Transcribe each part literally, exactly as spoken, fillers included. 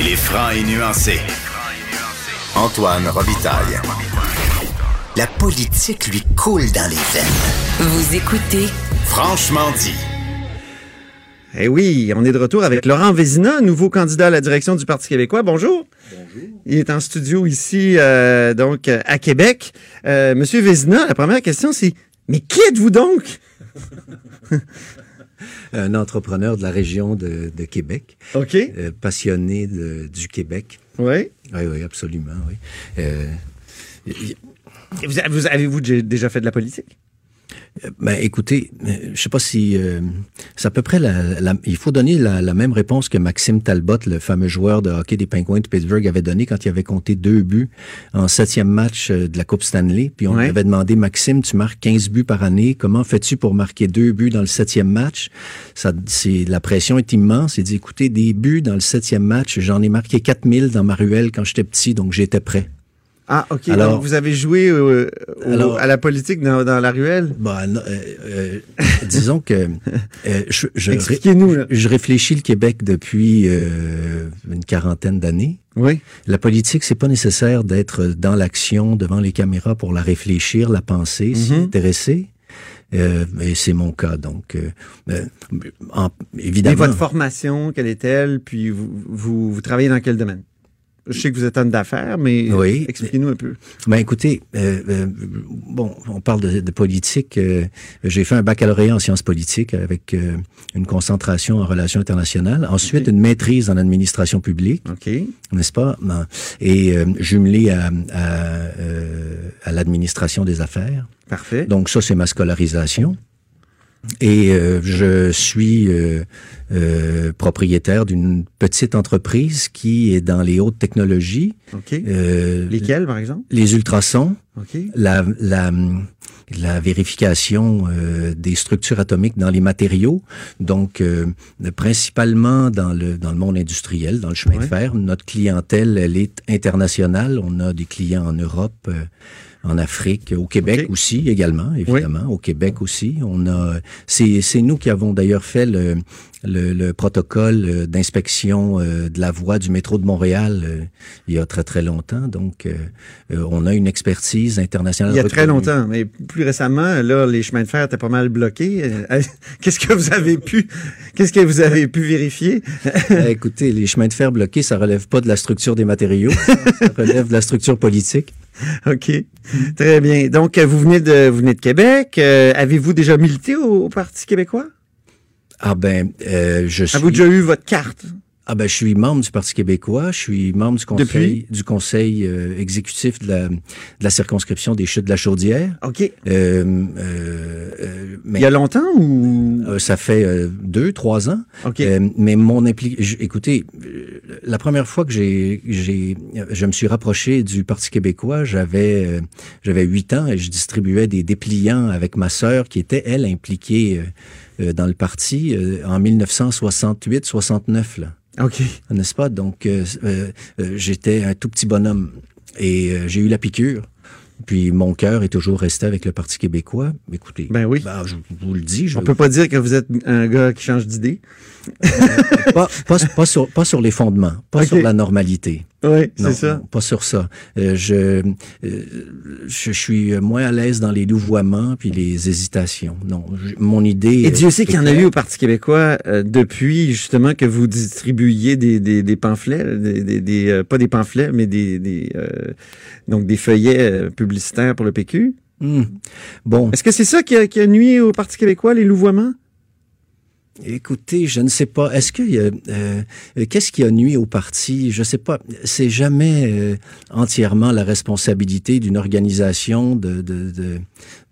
Il est franc et nuancé. Antoine Robitaille. La politique lui coule dans les veines. Vous écoutez Franchement dit. Eh oui, on est de retour avec Laurent Vézina, nouveau candidat à la direction du Parti québécois. Bonjour. Bonjour. Il est en studio ici, euh, donc, à Québec. Euh, Monsieur Vézina, la première question, c'est « Mais qui êtes-vous donc? » Un entrepreneur de la région de, de Québec. OK. Euh, passionné de, du Québec. Oui. Oui, oui, absolument, oui. Euh, vous, vous, avez-vous déjà fait de la politique? Ben, écoutez, je sais pas si euh, c'est à peu près la, la il faut donner la, la même réponse que Maxime Talbot, le fameux joueur de hockey des Penguins de Pittsburgh, avait donné quand il avait compté deux buts en septième match de la Coupe Stanley. Puis on ouais. lui avait demandé, Maxime, tu marques quinze buts par année, comment fais-tu pour marquer deux buts dans le septième match? Ça, c'est, la pression est immense. Il dit, écoutez, des buts dans le septième match, j'en ai marqué quatre mille dans ma ruelle quand j'étais petit, donc j'étais prêt. Ah, OK. Alors, donc, vous avez joué euh, au, alors, à la politique dans, dans la ruelle? Ben, euh, euh, disons que euh, je, je, Expliquez-nous, là. je réfléchis le Québec depuis euh, une quarantaine d'années. Oui. La politique, c'est pas nécessaire d'être dans l'action, devant les caméras pour la réfléchir, la penser, mm-hmm. s'y intéresser. Euh, et c'est mon cas, donc euh, euh, en, évidemment. Et votre formation, quelle est-elle? Puis vous, vous, vous travaillez dans quel domaine? Je sais que vous êtes homme d'affaires, mais oui. expliquez-nous un peu. Ben écoutez, euh, euh, bon, on parle de, de politique. Euh, j'ai fait un baccalauréat en sciences politiques avec euh, une concentration en relations internationales. Ensuite, okay. une maîtrise en administration publique, okay. n'est-ce pas? Et euh, jumelé à, à, euh, à l'administration des affaires. Parfait. Donc ça, c'est ma scolarisation. Et euh, je suis euh, euh, propriétaire d'une petite entreprise qui est dans les hautes technologies. OK. Euh, Lesquelles, par exemple? Les ultrasons. OK. La, la, la vérification euh, des structures atomiques dans les matériaux. Donc, euh, principalement dans le, dans le monde industriel, dans le chemin ouais. de fer. Notre clientèle, elle est internationale. On a des clients en Europe, euh, en Afrique, au Québec okay. aussi également, évidemment, oui. au Québec aussi. On a, c'est, c'est nous qui avons d'ailleurs fait le, le, le protocole d'inspection de la voie du métro de Montréal euh, il y a très très longtemps. Donc, euh, on a une expertise internationale. Il y a reconnue. Très longtemps, mais plus récemment, là, les chemins de fer étaient pas mal bloqués. Qu'est-ce que vous avez pu, qu'est-ce que vous avez pu vérifier? Écoutez, les chemins de fer bloqués, ça relève pas de la structure des matériaux, ça relève de la structure politique. OK. Très bien. Donc, vous venez de, vous venez de Québec. Euh, avez-vous déjà milité au, au Parti québécois? Ah ben, euh, je suis... Avez-vous déjà eu votre carte? Ah ben, je suis membre du Parti québécois, je suis membre du conseil, Depuis? du conseil euh, exécutif de la, de la circonscription des Chutes de la Chaudière. OK. Euh, euh, euh, mais, il y a longtemps ou? Euh, ça fait euh, deux, trois ans. OK. Euh, mais mon implication, écoutez, la première fois que j'ai, j'ai, je me suis rapproché du Parti québécois, j'avais, euh, j'avais huit ans et je distribuais des dépliants avec ma sœur qui était, elle, impliquée euh, dans le parti euh, en dix-neuf cent soixante-huit soixante-neuf, là. OK. N'est-ce pas? Donc, euh, euh, j'étais un tout petit bonhomme et euh, j'ai eu la piqûre. Puis, mon cœur est toujours resté avec le Parti québécois. Écoutez, ben oui. Ben, je vous le dis. Je... On peut pas dire que vous êtes un gars qui change d'idée. Euh, pas, pas, pas, sur, pas sur les fondements, pas okay. sur la normalité. Oui, c'est non, ça. Non, pas sur ça. Euh, je, euh, je suis moins à l'aise dans les louvoiements puis les hésitations. Non, je, mon idée... Et Dieu sait qu'il y en a eu au Parti québécois euh, depuis, justement, que vous distribuiez des, des, des pamphlets, des, des, des euh, pas des pamphlets, mais des, des euh, donc des feuillets euh, publicitaires pour le P Q. Mmh. Bon. Est-ce que c'est ça qui a, qui a nuit au Parti québécois, les louvoiements? Écoutez, je ne sais pas. Est-ce qu'il y a euh, qu'est-ce qui a nuit au parti? Je ne sais pas. C'est jamais euh, entièrement la responsabilité d'une organisation de, de, de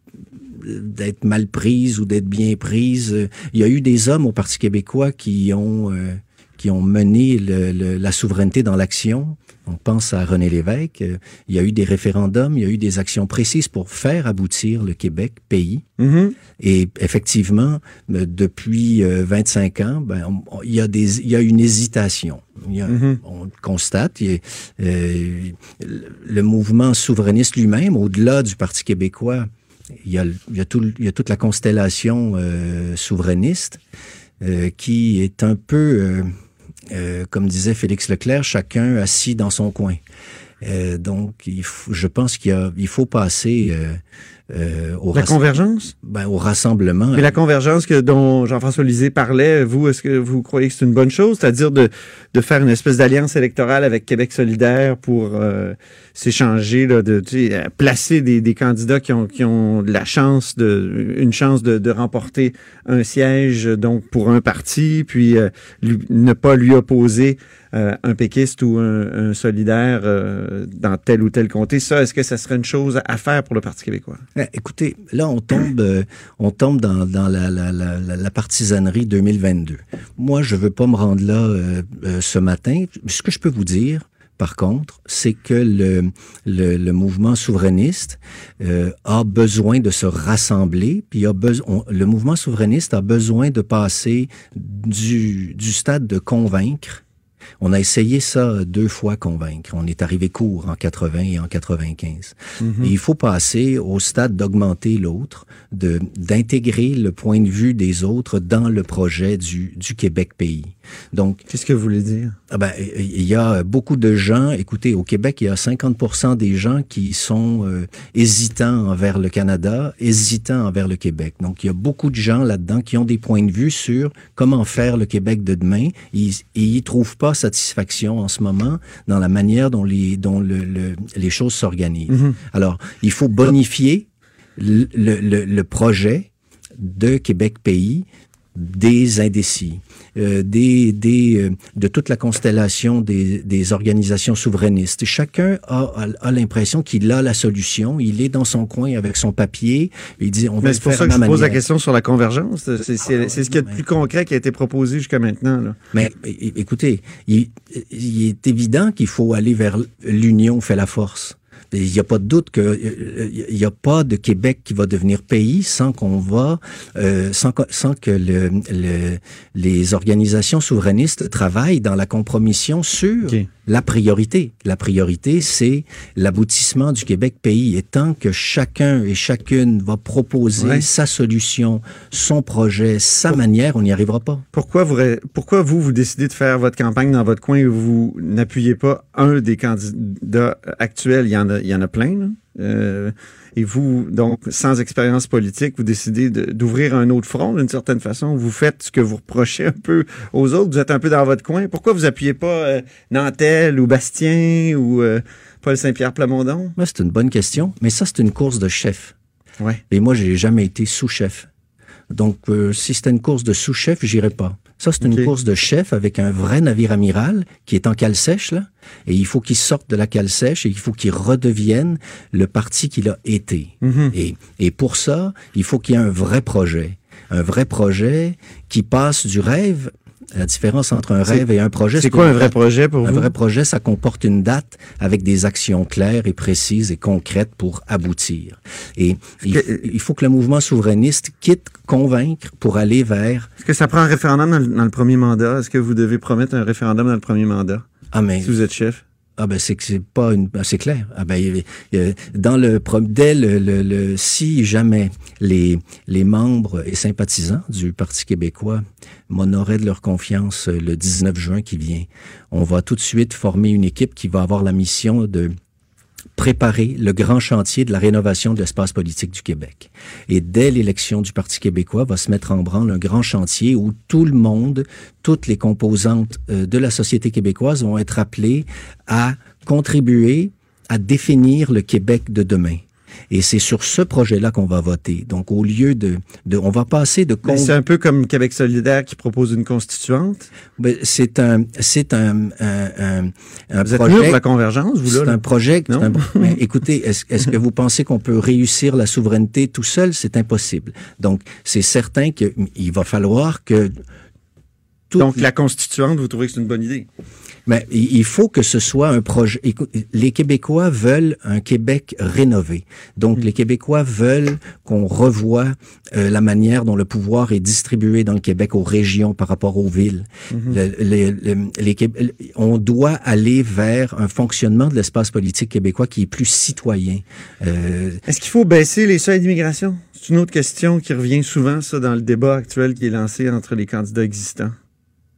d'être mal prise ou d'être bien prise. Il y a eu des hommes au Parti québécois qui ont euh, qui ont mené le, le, la souveraineté dans l'action. On pense à René Lévesque. Il y a eu des référendums, il y a eu des actions précises pour faire aboutir le Québec pays. Mm-hmm. Et effectivement, depuis vingt-cinq ans, ben, on, il y a des, il y a une hésitation. Il y a, mm-hmm. On constate, il y a, euh, le mouvement souverainiste lui-même, au-delà du Parti québécois, il y a, il y a, tout, il y a toute la constellation euh, souverainiste euh, qui est un peu... Euh, euh, comme disait Félix Leclerc, chacun assis dans son coin. Euh, donc, il faut, je pense qu'il y a, il faut passer euh, euh, au la rass- convergence? Ben, au rassemblement. Mais la convergence que dont Jean-François Lisée parlait, vous, est-ce que vous croyez que c'est une bonne chose? C'est-à-dire de, de faire une espèce d'alliance électorale avec Québec solidaire pour euh, s'échanger, là, de tu sais, placer des, des candidats qui ont, qui ont la chance de, une chance de, de remporter un siège, donc pour un parti, puis euh, lui, ne pas lui opposer euh, un péquiste ou un, un solidaire euh, dans tel ou tel comté. Ça, est-ce que ça serait une chose à faire pour le Parti québécois? Écoutez, là, on tombe, euh, on tombe dans, dans la, la, la, la partisanerie deux mille vingt-deux. Moi, je veux pas me rendre là euh, euh, ce matin. Ce que je peux vous dire, par contre, c'est que le, le, le mouvement souverainiste euh, a besoin de se rassembler, puis a besoin, le mouvement souverainiste a besoin de passer du, du stade de convaincre. On a essayé ça deux fois, convaincre. On est arrivé court en quatre-vingts et en quatre-vingt-quinze. Mm-hmm. Et il faut passer au stade d'augmenter l'autre, de d'intégrer le point de vue des autres dans le projet du, du Québec pays. Donc, qu'est-ce que vous voulez dire? Ah ben, il y a beaucoup de gens, écoutez, au Québec, il y a cinquante pour cent des gens qui sont euh, hésitants envers le Canada, hésitants envers le Québec. Donc, il y a beaucoup de gens là-dedans qui ont des points de vue sur comment faire le Québec de demain. Ils, et ils trouvent pas satisfaction en ce moment dans la manière dont les, dont le, le, les choses s'organisent. Mm-hmm. Alors, il faut bonifier le, le, le projet de Québec pays des indécis, euh, des, des, euh, de toute la constellation des, des organisations souverainistes. Chacun a, a, a l'impression qu'il a la solution. Il est dans son coin avec son papier. Il dit, on va Mais le c'est pour faire ça à que je ma pose la manière. question sur la convergence. C'est, c'est, c'est ce qu'il y a de plus concret qui a été proposé jusqu'à maintenant, là. Mais é- écoutez, il, il est évident qu'il faut aller vers l'union fait la force. Il n'y a pas de doute que il n'y a pas de Québec qui va devenir pays sans qu'on va euh, sans, sans que le, le, les organisations souverainistes travaillent dans la compromission sur okay. la priorité. La priorité, c'est l'aboutissement du Québec pays. Et tant que chacun et chacune va proposer ouais. sa solution, son projet, sa Pour... manière, on n'y arrivera pas. Pourquoi vous, pourquoi vous, vous décidez de faire votre campagne dans votre coin et vous n'appuyez pas un des candidats actuels? Il y en a, il y en a plein, là. Euh, et vous, donc, sans expérience politique, vous décidez de, d'ouvrir un autre front d'une certaine façon. Vous faites ce que vous reprochez un peu aux autres. Vous êtes un peu dans votre coin. Pourquoi vous appuyez pas euh, Nantel ou Bastien ou euh, Paul Saint-Pierre Plamondon? Ouais, c'est une bonne question. Mais ça, c'est une course de chef. Ouais. Et moi, j'ai jamais été sous-chef. Donc, euh, si c'était une course de sous-chef, j'irais pas. Ça, c'est okay. une course de chef avec un vrai navire amiral qui est en cale sèche, là. Et il faut qu'il sorte de la cale sèche et il faut qu'il redevienne le parti qu'il a été. Mm-hmm. Et, et pour ça, il faut qu'il y ait un vrai projet. Un vrai projet qui passe du rêve. La différence entre un rêve c'est, et un projet, c'est, c'est quoi un vrai projet pour un vous? Un vrai projet, ça comporte une date avec des actions claires et précises et concrètes pour aboutir. Et il, que, il faut que le mouvement souverainiste quitte convaincre pour aller vers... Est-ce que ça prend un référendum dans le, dans le premier mandat? Est-ce que vous devez promettre un référendum dans le premier mandat? Ah, mais... Si vous êtes chef? Ah ben c'est que c'est pas une ben, c'est clair. Ah ben dans le dès le, le, le si jamais les les membres et sympathisants du Parti québécois m'honoraient de leur confiance le dix-neuf juin qui vient, on va tout de suite former une équipe qui va avoir la mission de préparer le grand chantier de la rénovation de l'espace politique du Québec. Et dès l'élection du Parti québécois, va se mettre en branle un grand chantier où tout le monde, toutes les composantes euh, de la société québécoise vont être appelées à contribuer à définir le Québec de demain. Et c'est sur ce projet-là qu'on va voter. Donc, au lieu de... de on va passer de... Con... C'est un peu comme Québec solidaire qui propose une constituante? Ben, c'est un... C'est un, un, un, un vous projet... êtes pour la convergence, vous, là? C'est là? un projet... Non? C'est un, mais, écoutez, est-ce, est-ce que vous pensez qu'on peut réussir la souveraineté tout seul? C'est impossible. Donc, c'est certain qu'il va falloir que... Tout... Donc, la constituante, vous trouvez que c'est une bonne idée? Mais il faut que ce soit un projet. Les Québécois veulent un Québec rénové. Donc, mmh. les Québécois veulent qu'on revoie euh, la manière dont le pouvoir est distribué dans le Québec aux régions par rapport aux villes. Mmh. Le, les, les, les, on doit aller vers un fonctionnement de l'espace politique québécois qui est plus citoyen. Euh... Est-ce qu'il faut baisser les seuils d'immigration? C'est une autre question qui revient souvent, ça, dans le débat actuel qui est lancé entre les candidats existants.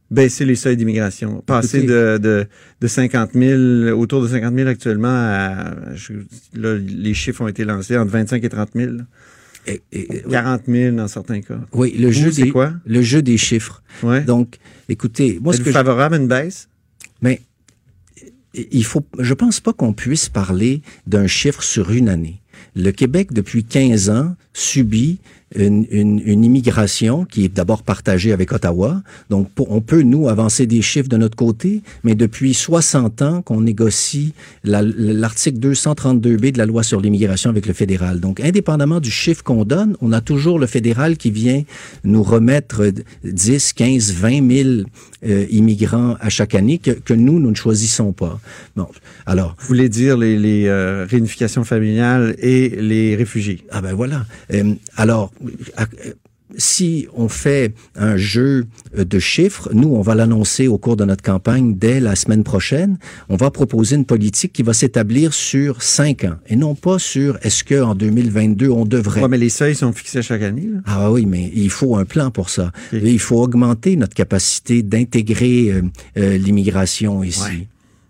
baisser les seuils d'immigration. Passer de, de, de cinquante mille, autour de cinquante mille actuellement à, je, là, les chiffres ont été lancés entre vingt-cinq et trente mille. Et, et, quarante mille dans certains cas. Oui, le jeu, c'est des, quoi? Le jeu des chiffres. Ouais. Donc, écoutez, moi, Êtes-vous ce que favorable je... à une baisse? Mais, il faut, je pense pas qu'on puisse parler d'un chiffre sur une année. Le Québec, depuis quinze ans, subit une, une, une immigration qui est d'abord partagée avec Ottawa. Donc, pour, on peut, nous, avancer des chiffres de notre côté, mais depuis soixante ans qu'on négocie la, l'article deux cent trente-deux B de la loi sur l'immigration avec le fédéral. Donc, indépendamment du chiffre qu'on donne, on a toujours le fédéral qui vient nous remettre dix, quinze, vingt mille euh, immigrants à chaque année que, que nous, nous ne choisissons pas. Bon, alors... Vous voulez dire les, les euh, réunifications familiales et les réfugiés? Ah ben voilà. Euh, alors, si on fait un jeu de chiffres, nous, on va l'annoncer au cours de notre campagne dès la semaine prochaine. On va proposer une politique qui va s'établir sur cinq ans et non pas sur est-ce qu'en deux mille vingt-deux, on devrait. Oui, mais les seuils sont fixés chaque année. Là. Ah oui, mais il faut un plan pour ça. Okay. Et il faut augmenter notre capacité d'intégrer euh, euh, l'immigration ici. Ouais.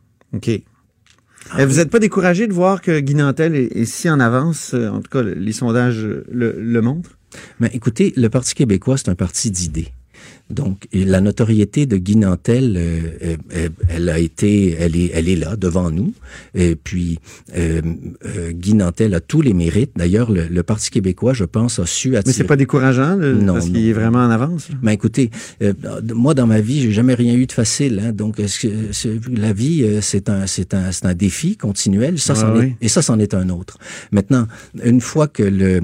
OK. Ah, vous n'êtes pas découragé de voir que Guy Nantel est, est si en avance? En tout cas, les sondages le, le montrent. Mais écoutez, le Parti québécois, c'est un parti d'idées. Donc, la notoriété de Guy Nantel, euh, euh, elle a été, elle est, elle est là devant nous. Et puis, euh, euh, Guy Nantel a tous les mérites. D'ailleurs, le, le Parti québécois, je pense, a su attirer. Mais c'est pas décourageant, le, non, parce non, qu'il est vraiment en avance. Là. Mais écoutez, euh, moi dans ma vie, j'ai jamais rien eu de facile. Hein, donc, est-ce que, c'est, la vie, c'est un, c'est un, c'est un défi continuel. Ça, ah, c'en oui. est, et ça, c'en est un autre. Maintenant, une fois que le,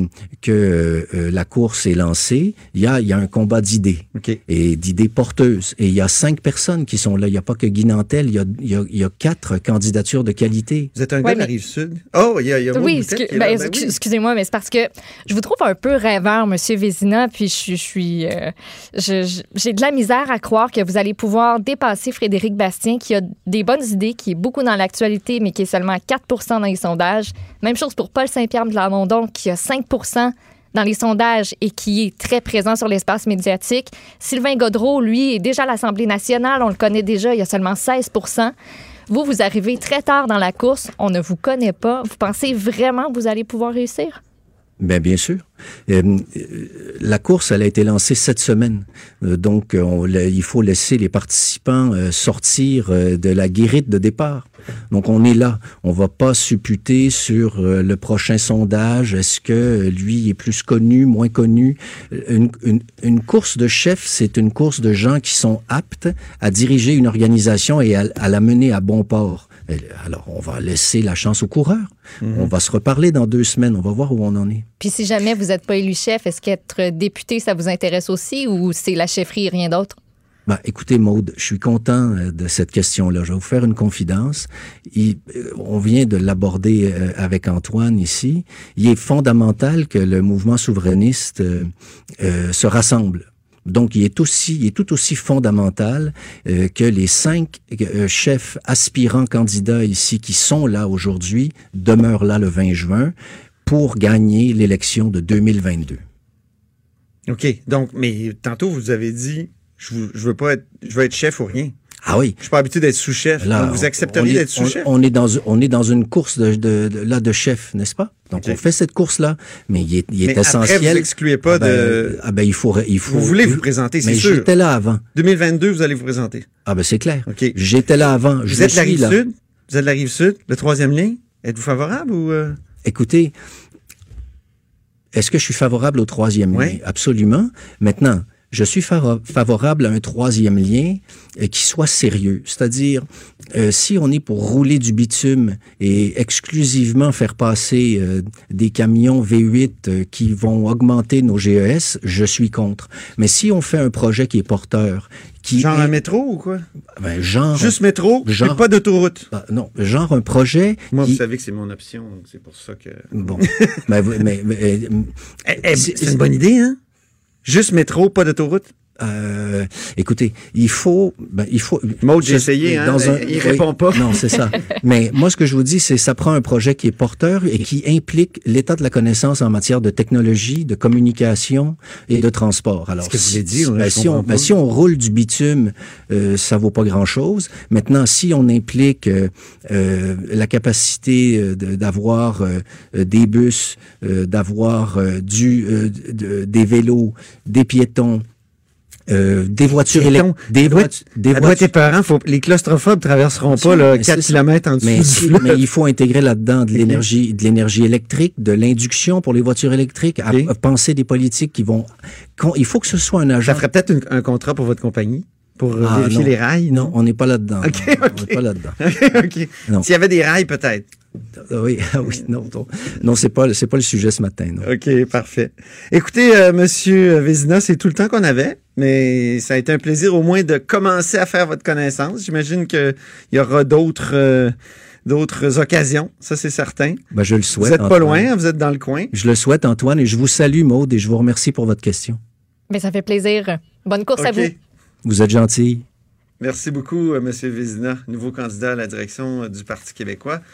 que euh, la course est lancée, il y a, il y a un combat d'idées. Okay. Et d'idées porteuses. Et il y a cinq personnes qui sont là. Il n'y a pas que Guy Nantel, il y a, il y a, il y a quatre candidatures de qualité. Vous êtes un ouais, gars de mais... la Rive-Sud? Oh, il y a, il y a oui, excu- ben, ben, oui. Excusez-moi, mais c'est parce que je vous trouve un peu rêveur, M. Vézina, puis je, je suis... Euh, je, je, j'ai de la misère à croire que vous allez pouvoir dépasser Frédéric Bastien, qui a des bonnes idées, qui est beaucoup dans l'actualité, mais qui est seulement à quatre pour cent dans les sondages. Même chose pour Paul Saint-Pierre de Plamondon, qui a cinq pour cent dans les sondages et qui est très présent sur l'espace médiatique. Sylvain Gaudreault, lui, est déjà à l'Assemblée nationale. On le connaît déjà, il y a seulement seize pour cent. Vous, vous arrivez très tard dans la course. On ne vous connaît pas. Vous pensez vraiment que vous allez pouvoir réussir? Bien, bien sûr. Euh, la course, elle a été lancée cette semaine. Euh, donc, on, il faut laisser les participants euh, sortir euh, de la guérite de départ. Donc, on est là. On va pas supputer sur euh, le prochain sondage. Est-ce que lui est plus connu, moins connu? Une, une, une course de chef, c'est une course de gens qui sont aptes à diriger une organisation et à, à la mener à bon port. Alors, on va laisser la chance aux coureurs. Mmh. On va se reparler dans deux semaines. On va voir où on en est. Puis si jamais vous n'êtes pas élu chef, est-ce qu'être député, ça vous intéresse aussi ou c'est la chefferie et rien d'autre? Ben, écoutez, Maude, je suis content de cette question-là. Je vais vous faire une confidence. Il, on vient de l'aborder avec Antoine ici. Il est fondamental que le mouvement souverainiste euh, euh, se rassemble. Donc, il est aussi, il est tout aussi fondamental euh, que les cinq euh, chefs aspirants candidats ici qui sont là aujourd'hui demeurent là le vingt juin pour gagner l'élection de deux mille vingt-deux. OK. Donc, mais tantôt, vous avez dit, je, je veux pas être, je veux être chef ou rien. Ah oui. Je suis pas habitué d'être sous-chef. Là, donc, vous accepteriez est, d'être sous-chef? On, on est dans, on est dans une course de, de, de là de chef, n'est-ce pas? Donc, okay. On fait cette course-là, mais il est, il est mais essentiel. Après, vous excluez pas ah ben, de... Ah ben, il faut, il faut... Vous voulez vous présenter, c'est mais sûr. Mais j'étais là avant. deux mille vingt-deux, vous allez vous présenter. Ah ben, c'est clair. OK. J'étais là avant. Vous je êtes la Rive-Sud? Là. Vous êtes la Rive-Sud, le troisième lien? Êtes-vous favorable ou... Euh... Écoutez, est-ce que je suis favorable au troisième oui. lien? Absolument. Maintenant, je suis favorable à un troisième lien euh, qui soit sérieux. C'est-à-dire, euh, si on est pour rouler du bitume et exclusivement faire passer euh, des camions V huit euh, qui vont augmenter nos G E S, je suis contre. Mais si on fait un projet qui est porteur, qui genre est, un métro ou quoi? Ben, genre... Juste métro, genre, et pas d'autoroute. Ben, non, genre un projet... Moi, qui... vous savez que c'est mon option, donc c'est pour ça que... Bon, mais... mais, mais eh, eh, c'est une bonne idée, hein? Juste métro, pas d'autoroute? Euh, écoutez, il faut, ben, il faut. Maud, j'ai essayé, hein, dans un, il répond pas. Non, c'est ça. Mais moi, ce que je vous dis, c'est ça prend un projet qui est porteur et qui implique l'état de la connaissance en matière de technologie, de communication et de transport. Alors, ce que vous avez dit, ben, si on, ben, si on roule du bitume, euh, ça vaut pas grand-chose. Maintenant, si on implique euh, euh, la capacité euh, de, d'avoir euh, des bus, euh, d'avoir euh, du, euh, de, des vélos, des piétons. Euh, des voitures électriques. Des voitures. Des voitures. Parents, faut, les claustrophobes traverseront pas là, quatre kilomètres en dessous. Mais, du si, mais il faut intégrer là-dedans de l'énergie, de l'énergie électrique, de l'induction pour les voitures électriques, à, okay. à penser des politiques qui vont. Il faut que ce soit un agent. Ça ferait peut-être une, un contrat pour votre compagnie? Pour ah, vérifier non. les rails? Non, on n'est pas là-dedans. OK, non, OK. On n'est pas là-dedans. OK. Non. S'il y avait des rails, peut-être. Oui, oui, non, non, non c'est pas, c'est pas le sujet ce matin. Non. OK, parfait. Écoutez, euh, Monsieur Vézina, c'est tout le temps qu'on avait, mais ça a été un plaisir au moins de commencer à faire votre connaissance. J'imagine qu'il y aura d'autres, euh, d'autres occasions, ça c'est certain. Ben, je le souhaite. Vous êtes pas Antoine. loin, vous êtes dans le coin. Je le souhaite, Antoine, et je vous salue, Maude, et je vous remercie pour votre question. Mais ça fait plaisir. Bonne course okay. à vous. Vous êtes gentil. Merci beaucoup, M. Vézina, nouveau candidat à la direction du Parti québécois.